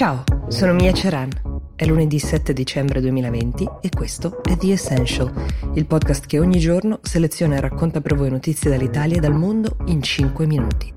Ciao, sono Mia Ceran. È lunedì 7 dicembre 2020 e questo è The Essential, il podcast che ogni giorno seleziona e racconta per voi notizie dall'Italia e dal mondo in 5 minuti.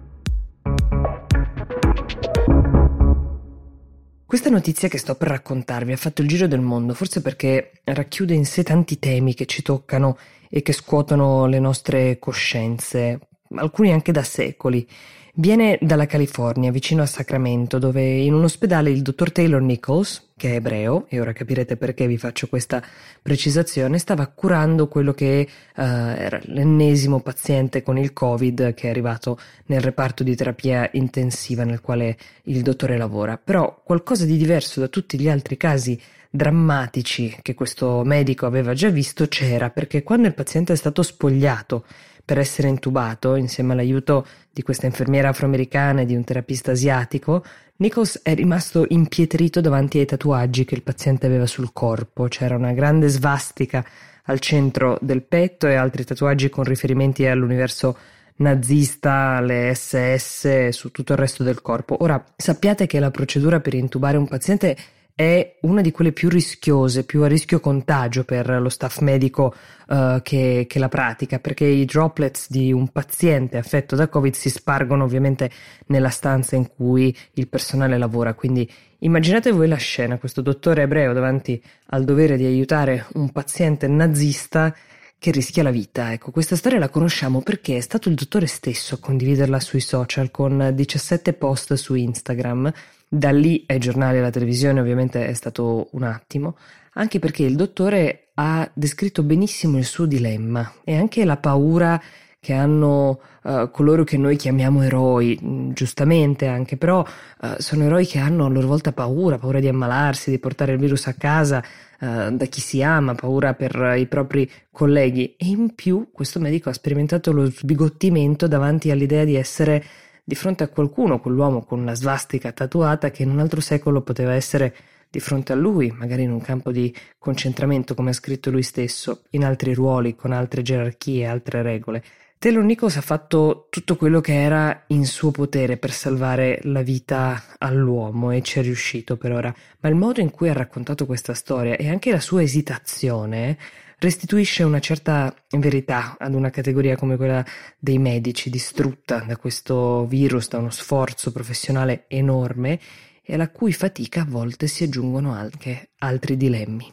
Questa notizia che sto per raccontarvi ha fatto il giro del mondo, forse perché racchiude in sé tanti temi che ci toccano e che scuotono le nostre coscienze, alcuni anche da secoli. Viene dalla California, vicino a Sacramento, dove in un ospedale il dottor Taylor Nichols, che è ebreo, e ora capirete perché vi faccio questa precisazione, stava curando quello che era l'ennesimo paziente con il Covid che è arrivato nel reparto di terapia intensiva nel quale il dottore lavora. Però qualcosa di diverso da tutti gli altri casi drammatici che questo medico aveva già visto c'era, perché quando il paziente è stato spogliato per essere intubato, insieme all'aiuto di questa infermiera afroamericana e di un terapista asiatico, Nichols è rimasto impietrito davanti ai tatuaggi che il paziente aveva sul corpo. C'era una grande svastica al centro del petto e altri tatuaggi con riferimenti all'universo nazista, alle SS, su tutto il resto del corpo. Ora, sappiate che la procedura per intubare un paziente è una di quelle più rischiose, più a rischio contagio per lo staff medico che la pratica, perché i droplets di un paziente affetto da Covid si spargono ovviamente nella stanza in cui il personale lavora. Quindi immaginate voi la scena, questo dottore ebreo davanti al dovere di aiutare un paziente nazista che rischia la vita. Ecco, questa storia la conosciamo perché è stato il dottore stesso a condividerla sui social con 17 post su Instagram. Da lì ai giornali e alla televisione ovviamente è stato un attimo, anche perché il dottore ha descritto benissimo il suo dilemma e anche la paura che hanno coloro che noi chiamiamo eroi, giustamente anche, però sono eroi che hanno a loro volta paura di ammalarsi, di portare il virus a casa da chi si ama, paura per i propri colleghi, e in più questo medico ha sperimentato lo sbigottimento davanti all'idea di essere di fronte a qualcuno, quell'uomo con una svastica tatuata che in un altro secolo poteva essere di fronte a lui, magari in un campo di concentramento, come ha scritto lui stesso, in altri ruoli, con altre gerarchie, altre regole. Taylor Nichols ha fatto tutto quello che era in suo potere per salvare la vita all'uomo e ci è riuscito per ora, ma il modo in cui ha raccontato questa storia e anche la sua esitazione restituisce una certa verità ad una categoria come quella dei medici, distrutta da questo virus, da uno sforzo professionale enorme e alla cui fatica a volte si aggiungono anche altri dilemmi.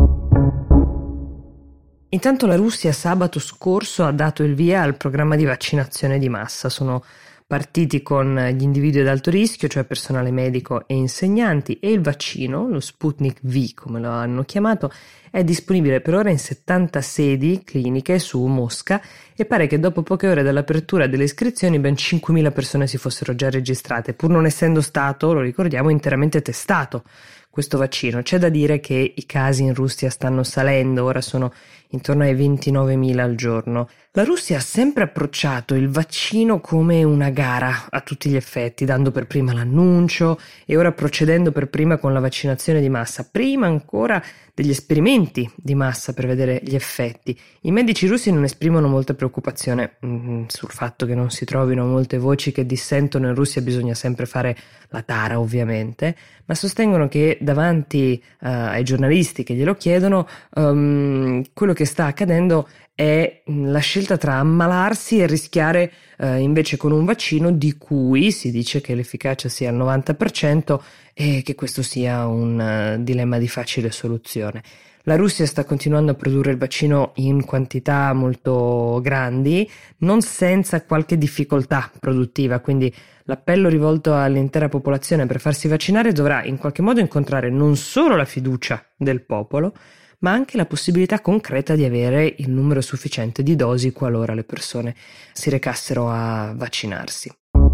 Intanto la Russia sabato scorso ha dato il via al programma di vaccinazione di massa. Sono partiti con gli individui ad alto rischio, cioè personale medico e insegnanti, e il vaccino, lo Sputnik V come lo hanno chiamato, è disponibile per ora in 70 sedi cliniche su Mosca e pare che dopo poche ore dall'apertura delle iscrizioni ben 5.000 persone si fossero già registrate, pur non essendo stato, lo ricordiamo, interamente testato questo vaccino. C'è da dire che i casi in Russia stanno salendo, ora sono intorno ai 29.000 al giorno. La Russia ha sempre approcciato il vaccino come una gara a tutti gli effetti, dando per prima l'annuncio e ora procedendo per prima con la vaccinazione di massa, prima ancora degli esperimenti di massa per vedere gli effetti. I medici russi non esprimono molta preoccupazione sul fatto che non si trovino molte voci che dissentono. In Russia bisogna sempre fare la tara, ovviamente, ma sostengono che davanti ai giornalisti che glielo chiedono, quello che sta accadendo è la scelta tra ammalarsi e rischiare invece con un vaccino di cui si dice che l'efficacia sia al 90% e che questo sia un dilemma di facile soluzione. La Russia sta continuando a produrre il vaccino in quantità molto grandi, non senza qualche difficoltà produttiva, quindi l'appello rivolto all'intera popolazione per farsi vaccinare dovrà in qualche modo incontrare non solo la fiducia del popolo, ma anche la possibilità concreta di avere il numero sufficiente di dosi qualora le persone si recassero a vaccinarsi.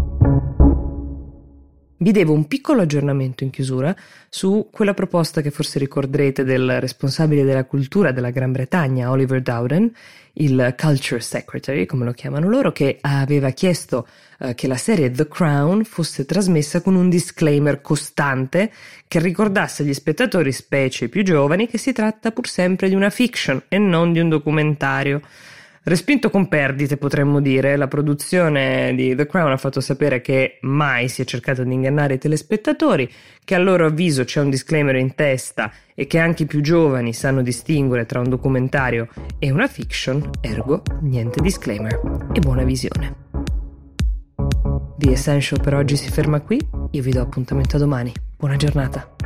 Vi devo un piccolo aggiornamento in chiusura su quella proposta che forse ricorderete del responsabile della cultura della Gran Bretagna, Oliver Dowden, il Culture Secretary, come lo chiamano loro, che aveva chiesto che la serie The Crown fosse trasmessa con un disclaimer costante che ricordasse agli spettatori, specie i più giovani, che si tratta pur sempre di una fiction e non di un documentario. Respinto con perdite, potremmo dire. La produzione di The Crown ha fatto sapere che mai si è cercato di ingannare i telespettatori, che a loro avviso c'è un disclaimer in testa e che anche i più giovani sanno distinguere tra un documentario e una fiction, ergo niente disclaimer e buona visione. The Essential per oggi si ferma qui, io vi do appuntamento a domani. Buona giornata.